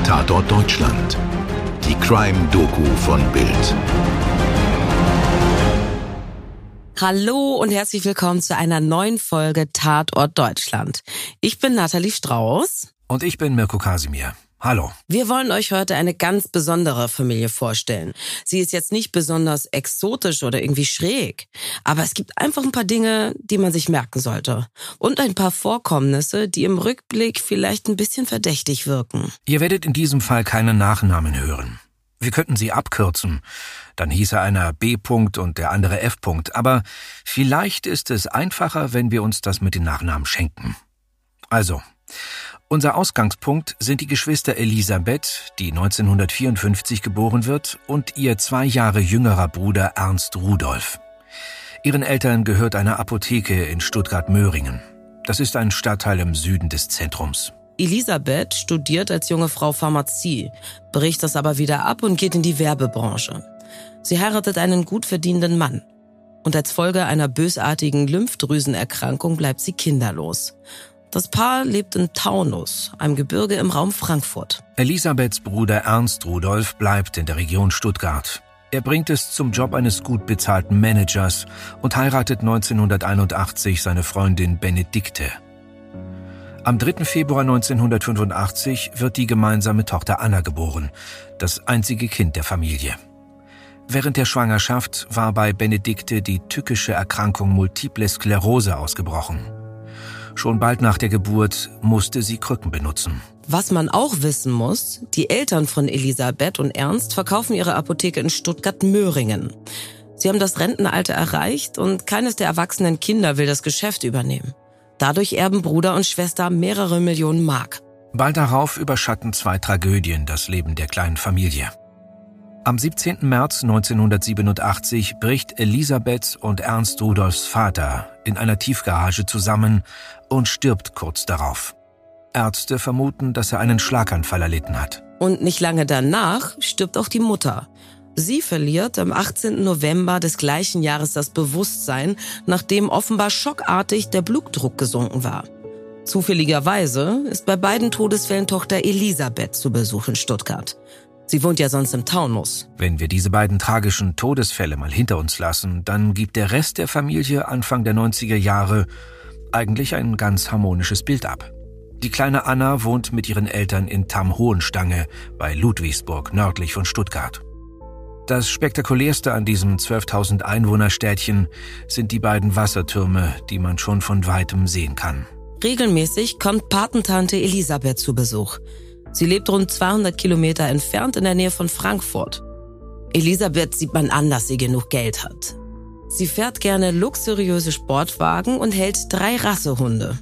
Tatort Deutschland. Die Crime-Doku von Bild. Hallo und herzlich willkommen zu einer neuen Folge Tatort Deutschland. Ich bin Nathalie Strauß. Und ich bin Mirko Kasimir. Hallo. Wir wollen euch heute eine ganz besondere Familie vorstellen. Sie ist jetzt nicht besonders exotisch oder irgendwie schräg, aber es gibt einfach ein paar Dinge, die man sich merken sollte. Und ein paar Vorkommnisse, die im Rückblick vielleicht ein bisschen verdächtig wirken. Ihr werdet in diesem Fall keine Nachnamen hören. Wir könnten sie abkürzen. Dann hieße einer B. und der andere F. Aber vielleicht ist es einfacher, wenn wir uns das mit den Nachnamen schenken. Also, unser Ausgangspunkt sind die Geschwister Elisabeth, die 1954 geboren wird, und ihr 2 Jahre jüngerer Bruder Ernst Rudolf. Ihren Eltern gehört eine Apotheke in Stuttgart-Möhringen. Das ist ein Stadtteil im Süden des Zentrums. Elisabeth studiert als junge Frau Pharmazie, bricht das aber wieder ab und geht in die Werbebranche. Sie heiratet einen gut verdienenden Mann. Und als Folge einer bösartigen Lymphdrüsenerkrankung bleibt sie kinderlos. Das Paar lebt in Taunus, einem Gebirge im Raum Frankfurt. Elisabeths Bruder Ernst Rudolf bleibt in der Region Stuttgart. Er bringt es zum Job eines gut bezahlten Managers und heiratet 1981 seine Freundin Benedikte. Am 3. Februar 1985 wird die gemeinsame Tochter Anna geboren, das einzige Kind der Familie. Während der Schwangerschaft war bei Benedikte die tückische Erkrankung Multiple Sklerose ausgebrochen. Schon bald nach der Geburt musste sie Krücken benutzen. Was man auch wissen muss, die Eltern von Elisabeth und Ernst verkaufen ihre Apotheke in Stuttgart-Möhringen. Sie haben das Rentenalter erreicht und keines der erwachsenen Kinder will das Geschäft übernehmen. Dadurch erben Bruder und Schwester mehrere Millionen Mark. Bald darauf überschatten 2 Tragödien das Leben der kleinen Familie. Am 17. März 1987 bricht Elisabeth und Ernst Rudolfs Vater in einer Tiefgarage zusammen und stirbt kurz darauf. Ärzte vermuten, dass er einen Schlaganfall erlitten hat. Und nicht lange danach stirbt auch die Mutter. Sie verliert am 18. November des gleichen Jahres das Bewusstsein, nachdem offenbar schockartig der Blutdruck gesunken war. Zufälligerweise ist bei beiden Todesfällen Tochter Elisabeth zu Besuch in Stuttgart. Sie wohnt ja sonst im Taunus. Wenn wir diese beiden tragischen Todesfälle mal hinter uns lassen, dann gibt der Rest der Familie Anfang der 90er Jahre eigentlich ein ganz harmonisches Bild ab. Die kleine Anna wohnt mit ihren Eltern in Tam-Hohenstange bei Ludwigsburg, nördlich von Stuttgart. Das Spektakulärste an diesem 12.000 Einwohnerstädtchen sind die beiden Wassertürme, die man schon von weitem sehen kann. Regelmäßig kommt Patentante Elisabeth zu Besuch. Sie lebt rund 200 Kilometer entfernt in der Nähe von Frankfurt. Elisabeth sieht man an, dass sie genug Geld hat. Sie fährt gerne luxuriöse Sportwagen und hält 3 Rassehunde.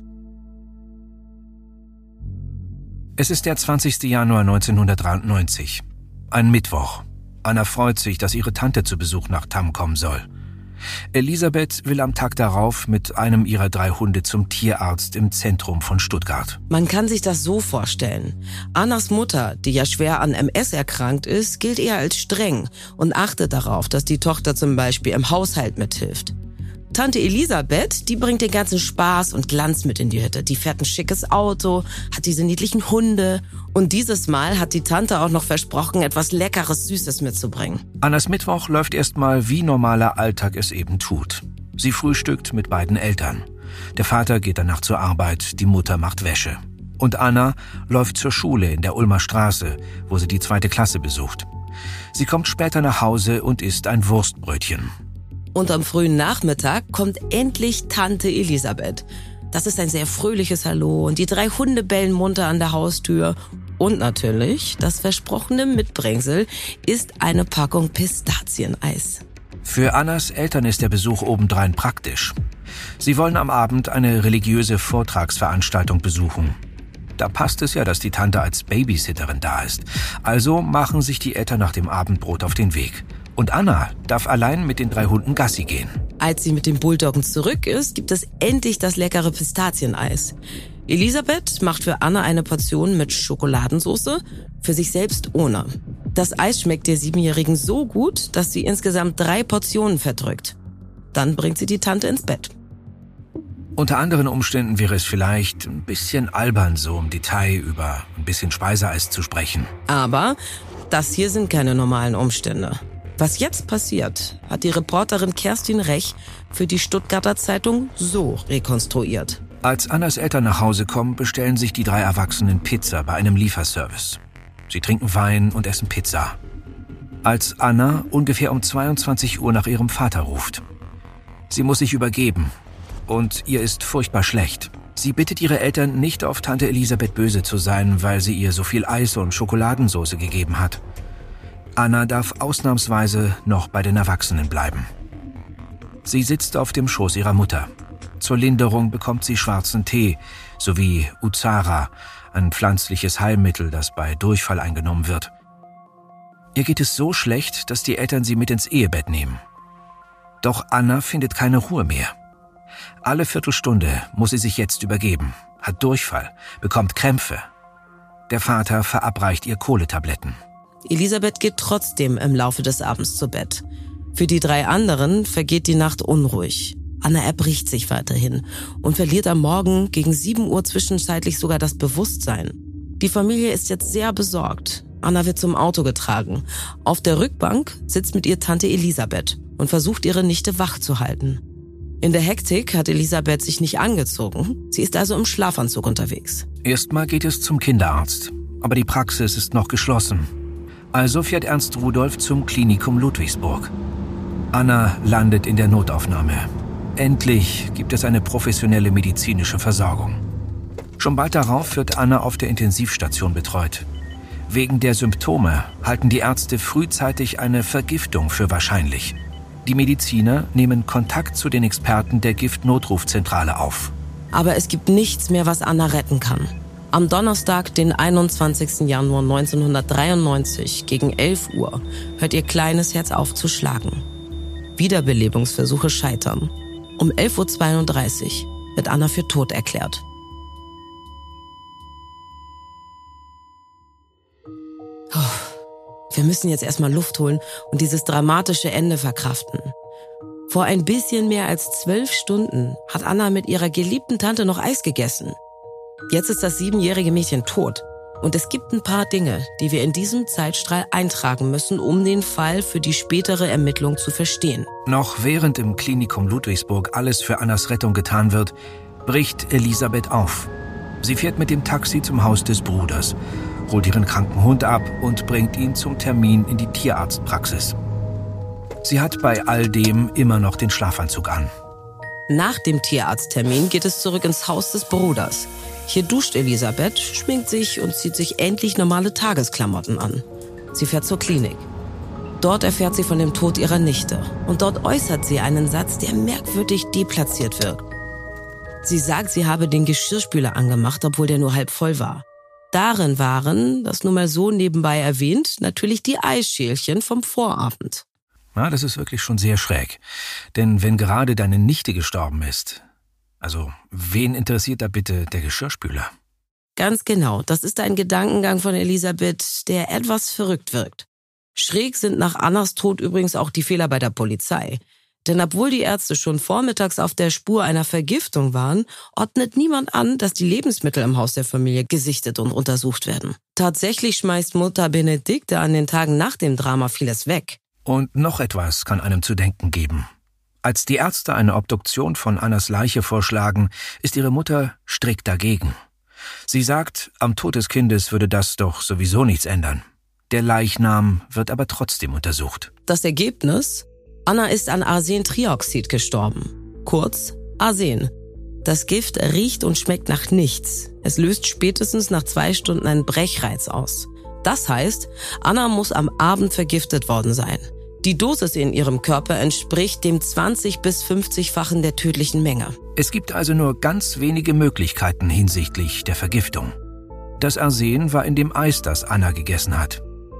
Es ist der 20. Januar 1993, ein Mittwoch. Anna freut sich, dass ihre Tante zu Besuch nach Tam kommen soll. Elisabeth will am Tag darauf mit einem ihrer 3 Hunde zum Tierarzt im Zentrum von Stuttgart. Man kann sich das so vorstellen. Annas Mutter, die ja schwer an MS erkrankt ist, gilt eher als streng und achtet darauf, dass die Tochter zum Beispiel im Haushalt mithilft. Tante Elisabeth, die bringt den ganzen Spaß und Glanz mit in die Hütte. Die fährt ein schickes Auto, hat diese niedlichen Hunde. Und dieses Mal hat die Tante auch noch versprochen, etwas Leckeres, Süßes mitzubringen. Annas Mittwoch läuft erstmal, wie normaler Alltag es eben tut. Sie frühstückt mit beiden Eltern. Der Vater geht danach zur Arbeit, die Mutter macht Wäsche. Und Anna läuft zur Schule in der Ulmer Straße, wo sie die 2. Klasse besucht. Sie kommt später nach Hause und isst ein Wurstbrötchen. Und am frühen Nachmittag kommt endlich Tante Elisabeth. Das ist ein sehr fröhliches Hallo und die 3 Hunde bellen munter an der Haustür. Und natürlich, das versprochene Mitbringsel ist eine Packung Pistazieneis. Für Annas Eltern ist der Besuch obendrein praktisch. Sie wollen am Abend eine religiöse Vortragsveranstaltung besuchen. Da passt es ja, dass die Tante als Babysitterin da ist. Also machen sich die Eltern nach dem Abendbrot auf den Weg. Und Anna darf allein mit den 3 Hunden Gassi gehen. Als sie mit den Bulldoggen zurück ist, gibt es endlich das leckere Pistazieneis. Elisabeth macht für Anna eine Portion mit Schokoladensauce, für sich selbst ohne. Das Eis schmeckt der 7-Jährigen so gut, dass sie insgesamt 3 Portionen verdrückt. Dann bringt sie die Tante ins Bett. Unter anderen Umständen wäre es vielleicht ein bisschen albern, so im Detail über ein bisschen Speiseeis zu sprechen. Aber das hier sind keine normalen Umstände. Was jetzt passiert, hat die Reporterin Kerstin Rech für die Stuttgarter Zeitung so rekonstruiert. Als Annas Eltern nach Hause kommen, bestellen sich die 3 Erwachsenen Pizza bei einem Lieferservice. Sie trinken Wein und essen Pizza. Als Anna ungefähr um 22 Uhr nach ihrem Vater ruft. Sie muss sich übergeben. Und ihr ist furchtbar schlecht. Sie bittet ihre Eltern, nicht auf Tante Elisabeth böse zu sein, weil sie ihr so viel Eis und Schokoladensauce gegeben hat. Anna darf ausnahmsweise noch bei den Erwachsenen bleiben. Sie sitzt auf dem Schoß ihrer Mutter. Zur Linderung bekommt sie schwarzen Tee sowie Uzara, ein pflanzliches Heilmittel, das bei Durchfall eingenommen wird. Ihr geht es so schlecht, dass die Eltern sie mit ins Ehebett nehmen. Doch Anna findet keine Ruhe mehr. Alle Viertelstunde muss sie sich jetzt übergeben, hat Durchfall, bekommt Krämpfe. Der Vater verabreicht ihr Kohletabletten. Elisabeth geht trotzdem im Laufe des Abends zu Bett. Für die 3 anderen vergeht die Nacht unruhig. Anna erbricht sich weiterhin und verliert am Morgen gegen 7 Uhr zwischenzeitlich sogar das Bewusstsein. Die Familie ist jetzt sehr besorgt. Anna wird zum Auto getragen. Auf der Rückbank sitzt mit ihr Tante Elisabeth und versucht, ihre Nichte wach zu halten. In der Hektik hat Elisabeth sich nicht angezogen. Sie ist also im Schlafanzug unterwegs. Erstmal geht es zum Kinderarzt, aber die Praxis ist noch geschlossen. Also fährt Ernst Rudolf zum Klinikum Ludwigsburg. Anna landet in der Notaufnahme. Endlich gibt es eine professionelle medizinische Versorgung. Schon bald darauf wird Anna auf der Intensivstation betreut. Wegen der Symptome halten die Ärzte frühzeitig eine Vergiftung für wahrscheinlich. Die Mediziner nehmen Kontakt zu den Experten der Giftnotrufzentrale auf. Aber es gibt nichts mehr, was Anna retten kann. Am Donnerstag, den 21. Januar 1993, gegen 11 Uhr, hört ihr kleines Herz auf zu schlagen. Wiederbelebungsversuche scheitern. Um 11.32 Uhr wird Anna für tot erklärt. Wir müssen jetzt erstmal Luft holen und dieses dramatische Ende verkraften. Vor ein bisschen mehr als 12 Stunden hat Anna mit ihrer geliebten Tante noch Eis gegessen. Jetzt ist das 7-jährige Mädchen tot. Und es gibt ein paar Dinge, die wir in diesem Zeitstrahl eintragen müssen, um den Fall für die spätere Ermittlung zu verstehen. Noch während im Klinikum Ludwigsburg alles für Annas Rettung getan wird, bricht Elisabeth auf. Sie fährt mit dem Taxi zum Haus des Bruders, holt ihren kranken Hund ab und bringt ihn zum Termin in die Tierarztpraxis. Sie hat bei all dem immer noch den Schlafanzug an. Nach dem Tierarzttermin geht es zurück ins Haus des Bruders. Hier duscht Elisabeth, schminkt sich und zieht sich endlich normale Tagesklamotten an. Sie fährt zur Klinik. Dort erfährt sie von dem Tod ihrer Nichte. Und dort äußert sie einen Satz, der merkwürdig deplatziert wirkt. Sie sagt, sie habe den Geschirrspüler angemacht, obwohl der nur halb voll war. Darin waren, das nur mal so nebenbei erwähnt, natürlich die Eisschälchen vom Vorabend. Ja, das ist wirklich schon sehr schräg. Denn wenn gerade deine Nichte gestorben ist, also wen interessiert da bitte der Geschirrspüler? Ganz genau, das ist ein Gedankengang von Elisabeth, der etwas verrückt wirkt. Schräg sind nach Annas Tod übrigens auch die Fehler bei der Polizei. Denn obwohl die Ärzte schon vormittags auf der Spur einer Vergiftung waren, ordnet niemand an, dass die Lebensmittel im Haus der Familie gesichtet und untersucht werden. Tatsächlich schmeißt Mutter Benedikte an den Tagen nach dem Drama vieles weg. Und noch etwas kann einem zu denken geben. Als die Ärzte eine Obduktion von Annas Leiche vorschlagen, ist ihre Mutter strikt dagegen. Sie sagt, am Tod des Kindes würde das doch sowieso nichts ändern. Der Leichnam wird aber trotzdem untersucht. Das Ergebnis? Anna ist an Arsentrioxid gestorben. Kurz Arsen. Das Gift riecht und schmeckt nach nichts. Es löst spätestens nach 2 Stunden einen Brechreiz aus. Das heißt, Anna muss am Abend vergiftet worden sein. Die Dosis in ihrem Körper entspricht dem 20- bis 50-fachen der tödlichen Menge. Es gibt also nur ganz wenige Möglichkeiten hinsichtlich der Vergiftung. Das Arsen war in dem Eis, das Anna gegessen hat.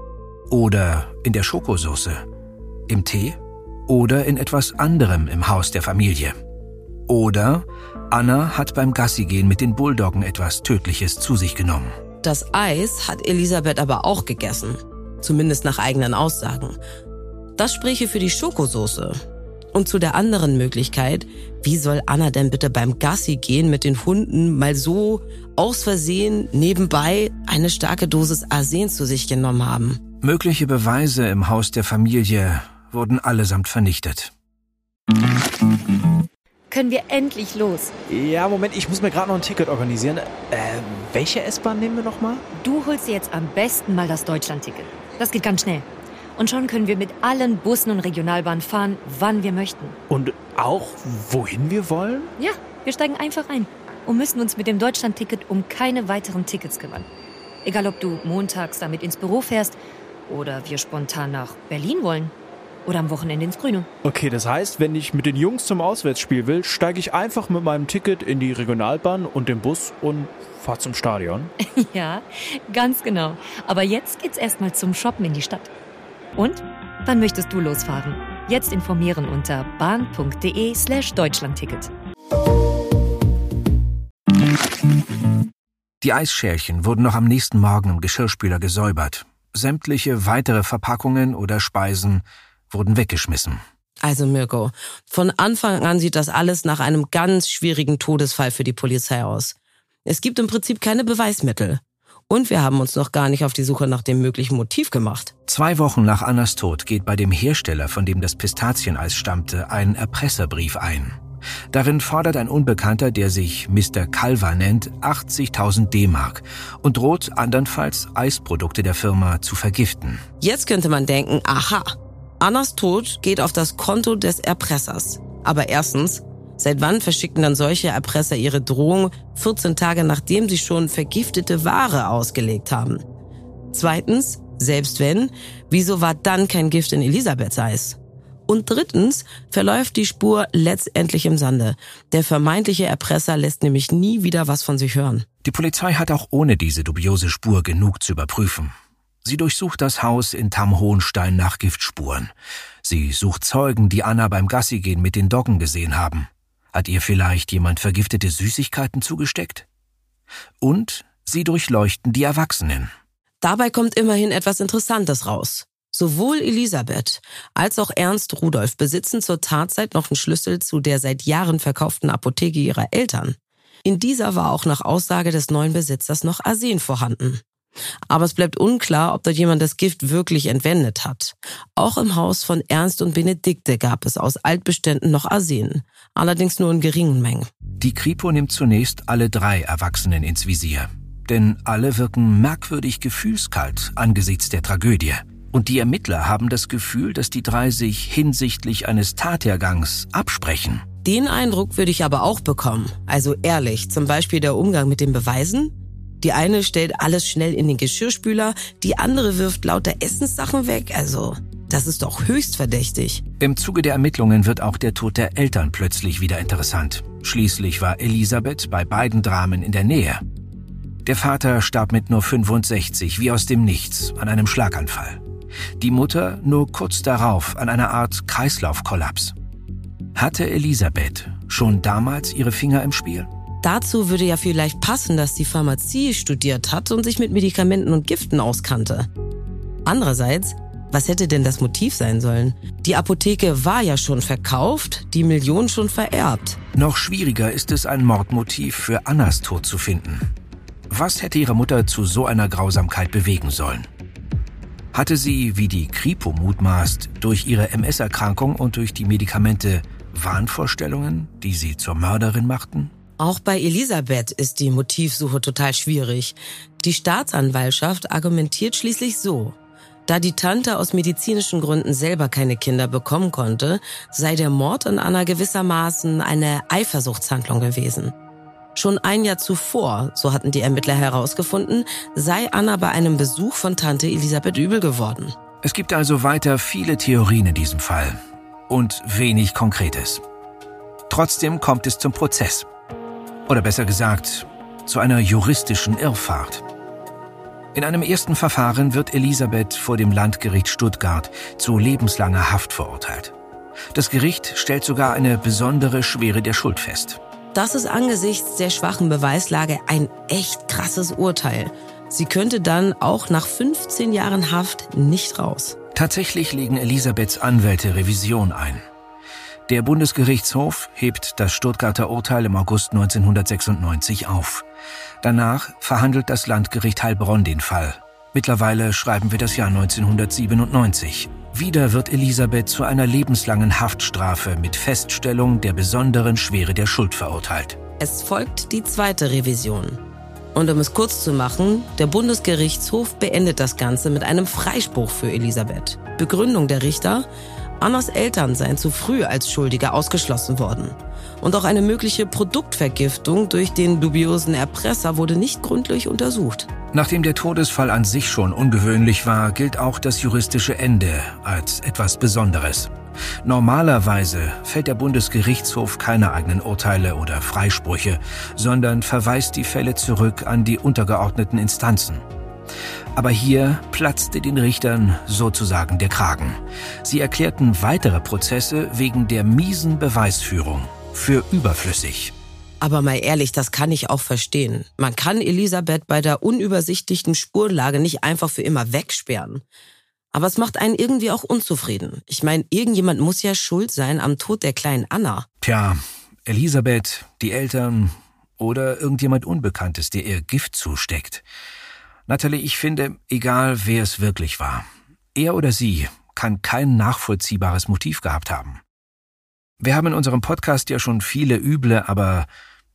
Oder in der Schokosauce. Im Tee. Oder in etwas anderem im Haus der Familie. Oder Anna hat beim Gassigehen mit den Bulldoggen etwas Tödliches zu sich genommen. Das Eis hat Elisabeth aber auch gegessen. Zumindest nach eigenen Aussagen. Das spräche für die Schokosauce. Und zu der anderen Möglichkeit, wie soll Anna denn bitte beim Gassi gehen mit den Hunden mal so aus Versehen nebenbei eine starke Dosis Arsen zu sich genommen haben? Mögliche Beweise im Haus der Familie wurden allesamt vernichtet. Können wir endlich los? Ja, Moment, ich muss mir gerade noch ein Ticket organisieren. Welche S-Bahn nehmen wir nochmal? Du holst dir jetzt am besten mal das Deutschland-Ticket. Das geht ganz schnell. Und schon können wir mit allen Bussen und Regionalbahnen fahren, wann wir möchten. Und auch, wohin wir wollen? Ja, wir steigen einfach ein und müssen uns mit dem Deutschland-Ticket um keine weiteren Tickets kümmern. Egal, ob du montags damit ins Büro fährst oder wir spontan nach Berlin wollen oder am Wochenende ins Grüne. Okay, das heißt, wenn ich mit den Jungs zum Auswärtsspiel will, steige ich einfach mit meinem Ticket in die Regionalbahn und den Bus und fahre zum Stadion. Ja, ganz genau. Aber jetzt geht's erstmal zum Shoppen in die Stadt. Und? Wann möchtest du losfahren? Jetzt informieren unter bahn.de/Deutschlandticket. Die Eisschälchen wurden noch am nächsten Morgen im Geschirrspüler gesäubert. Sämtliche weitere Verpackungen oder Speisen wurden weggeschmissen. Also Mirko, von Anfang an sieht das alles nach einem ganz schwierigen Todesfall für die Polizei aus. Es gibt im Prinzip keine Beweismittel. Und wir haben uns noch gar nicht auf die Suche nach dem möglichen Motiv gemacht. 2 Wochen nach Annas Tod geht bei dem Hersteller, von dem das Pistazieneis stammte, ein Erpresserbrief ein. Darin fordert ein Unbekannter, der sich Mr. Calva nennt, 80.000 D-Mark und droht andernfalls Eisprodukte der Firma zu vergiften. Jetzt könnte man denken, aha, Annas Tod geht auf das Konto des Erpressers. Aber erstens, seit wann verschicken dann solche Erpresser ihre Drohung 14 Tage nachdem sie schon vergiftete Ware ausgelegt haben? Zweitens, selbst wenn, wieso war dann kein Gift in Elisabeths Eis? Und drittens verläuft die Spur letztendlich im Sande. Der vermeintliche Erpresser lässt nämlich nie wieder was von sich hören. Die Polizei hat auch ohne diese dubiose Spur genug zu überprüfen. Sie durchsucht das Haus in Tam-Hohenstein nach Giftspuren. Sie sucht Zeugen, die Anna beim Gassigehen mit den Doggen gesehen haben. Hat ihr vielleicht jemand vergiftete Süßigkeiten zugesteckt? Und sie durchleuchten die Erwachsenen. Dabei kommt immerhin etwas Interessantes raus. Sowohl Elisabeth als auch Ernst Rudolf besitzen zur Tatzeit noch einen Schlüssel zu der seit Jahren verkauften Apotheke ihrer Eltern. In dieser war auch nach Aussage des neuen Besitzers noch Arsen vorhanden. Aber es bleibt unklar, ob dort jemand das Gift wirklich entwendet hat. Auch im Haus von Ernst und Benedikte gab es aus Altbeständen noch Arsen, allerdings nur in geringen Mengen. Die Kripo nimmt zunächst alle 3 Erwachsenen ins Visier. Denn alle wirken merkwürdig gefühlskalt angesichts der Tragödie. Und die Ermittler haben das Gefühl, dass die 3 sich hinsichtlich eines Tathergangs absprechen. Den Eindruck würde ich aber auch bekommen. Also ehrlich, zum Beispiel der Umgang mit den Beweisen. Die eine stellt alles schnell in den Geschirrspüler, die andere wirft lauter Essenssachen weg. Also, das ist doch höchst verdächtig. Im Zuge der Ermittlungen wird auch der Tod der Eltern plötzlich wieder interessant. Schließlich war Elisabeth bei beiden Dramen in der Nähe. Der Vater starb mit nur 65, wie aus dem Nichts, an einem Schlaganfall. Die Mutter nur kurz darauf an einer Art Kreislaufkollaps. Hatte Elisabeth schon damals ihre Finger im Spiel? Dazu würde ja vielleicht passen, dass sie Pharmazie studiert hat und sich mit Medikamenten und Giften auskannte. Andererseits, was hätte denn das Motiv sein sollen? Die Apotheke war ja schon verkauft, die Millionen schon vererbt. Noch schwieriger ist es, ein Mordmotiv für Annas Tod zu finden. Was hätte ihre Mutter zu so einer Grausamkeit bewegen sollen? Hatte sie, wie die Kripo mutmaßt, durch ihre MS-Erkrankung und durch die Medikamente Wahnvorstellungen, die sie zur Mörderin machten? Auch bei Elisabeth ist die Motivsuche total schwierig. Die Staatsanwaltschaft argumentiert schließlich so: Da die Tante aus medizinischen Gründen selber keine Kinder bekommen konnte, sei der Mord an Anna gewissermaßen eine Eifersuchtshandlung gewesen. Schon ein Jahr zuvor, so hatten die Ermittler herausgefunden, sei Anna bei einem Besuch von Tante Elisabeth übel geworden. Es gibt also weiter viele Theorien in diesem Fall und wenig Konkretes. Trotzdem kommt es zum Prozess. Oder besser gesagt, zu einer juristischen Irrfahrt. In einem ersten Verfahren wird Elisabeth vor dem Landgericht Stuttgart zu lebenslanger Haft verurteilt. Das Gericht stellt sogar eine besondere Schwere der Schuld fest. Das ist angesichts der schwachen Beweislage ein echt krasses Urteil. Sie könnte dann auch nach 15 Jahren Haft nicht raus. Tatsächlich legen Elisabeths Anwälte Revision ein. Der Bundesgerichtshof hebt das Stuttgarter Urteil im August 1996 auf. Danach verhandelt das Landgericht Heilbronn den Fall. Mittlerweile schreiben wir das Jahr 1997. Wieder wird Elisabeth zu einer lebenslangen Haftstrafe mit Feststellung der besonderen Schwere der Schuld verurteilt. Es folgt die zweite Revision. Und um es kurz zu machen, der Bundesgerichtshof beendet das Ganze mit einem Freispruch für Elisabeth. Begründung der Richter: Annas Eltern seien zu früh als Schuldige ausgeschlossen worden. Und auch eine mögliche Produktvergiftung durch den dubiosen Erpresser wurde nicht gründlich untersucht. Nachdem der Todesfall an sich schon ungewöhnlich war, gilt auch das juristische Ende als etwas Besonderes. Normalerweise fällt der Bundesgerichtshof keine eigenen Urteile oder Freisprüche, sondern verweist die Fälle zurück an die untergeordneten Instanzen. Aber hier platzte den Richtern sozusagen der Kragen. Sie erklärten weitere Prozesse wegen der miesen Beweisführung für überflüssig. Aber mal ehrlich, das kann ich auch verstehen. Man kann Elisabeth bei der unübersichtlichen Spurlage nicht einfach für immer wegsperren. Aber es macht einen irgendwie auch unzufrieden. Ich meine, irgendjemand muss ja schuld sein am Tod der kleinen Anna. Tja, Elisabeth, die Eltern oder irgendjemand Unbekanntes, der ihr Gift zusteckt. Natalie, ich finde, egal wer es wirklich war, er oder sie kann kein nachvollziehbares Motiv gehabt haben. Wir haben in unserem Podcast ja schon viele üble, aber,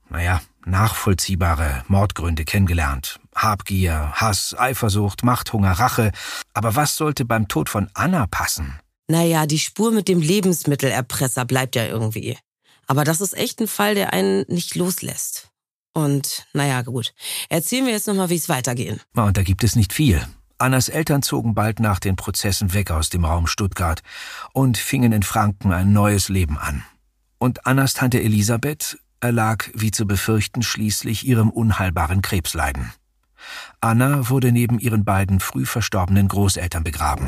nachvollziehbare Mordgründe kennengelernt. Habgier, Hass, Eifersucht, Machthunger, Rache. Aber was sollte beim Tod von Anna passen? Die Spur mit dem Lebensmittelerpresser bleibt ja irgendwie. Aber das ist echt ein Fall, der einen nicht loslässt. Und, gut. Erzählen wir jetzt nochmal, wie es weitergeht. Und da gibt es nicht viel. Annas Eltern zogen bald nach den Prozessen weg aus dem Raum Stuttgart und fingen in Franken ein neues Leben an. Und Annas Tante Elisabeth erlag, wie zu befürchten, schließlich ihrem unheilbaren Krebsleiden. Anna wurde neben ihren beiden früh verstorbenen Großeltern begraben.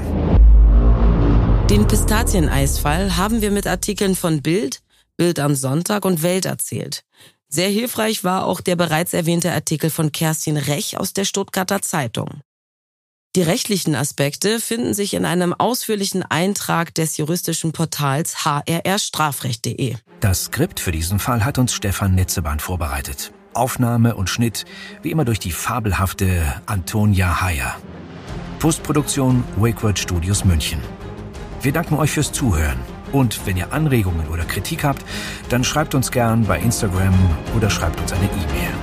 Den Pistazieneisfall haben wir mit Artikeln von Bild am Sonntag und Welt erzählt. Sehr hilfreich war auch der bereits erwähnte Artikel von Kerstin Rech aus der Stuttgarter Zeitung. Die rechtlichen Aspekte finden sich in einem ausführlichen Eintrag des juristischen Portals hrrstrafrecht.de. Das Skript für diesen Fall hat uns Stefan Netzeband vorbereitet. Aufnahme und Schnitt wie immer durch die fabelhafte Antonia Heyer. Postproduktion Wakeword Studios München. Wir danken euch fürs Zuhören. Und wenn ihr Anregungen oder Kritik habt, dann schreibt uns gern bei Instagram oder schreibt uns eine E-Mail.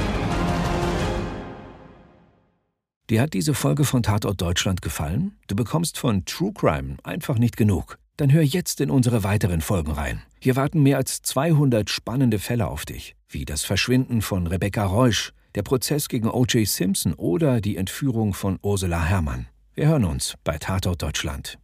Dir hat diese Folge von Tatort Deutschland gefallen? Du bekommst von True Crime einfach nicht genug. Dann hör jetzt in unsere weiteren Folgen rein. Hier warten mehr als 200 spannende Fälle auf dich, wie das Verschwinden von Rebecca Reusch, der Prozess gegen O.J. Simpson oder die Entführung von Ursula Herrmann. Wir hören uns bei Tatort Deutschland.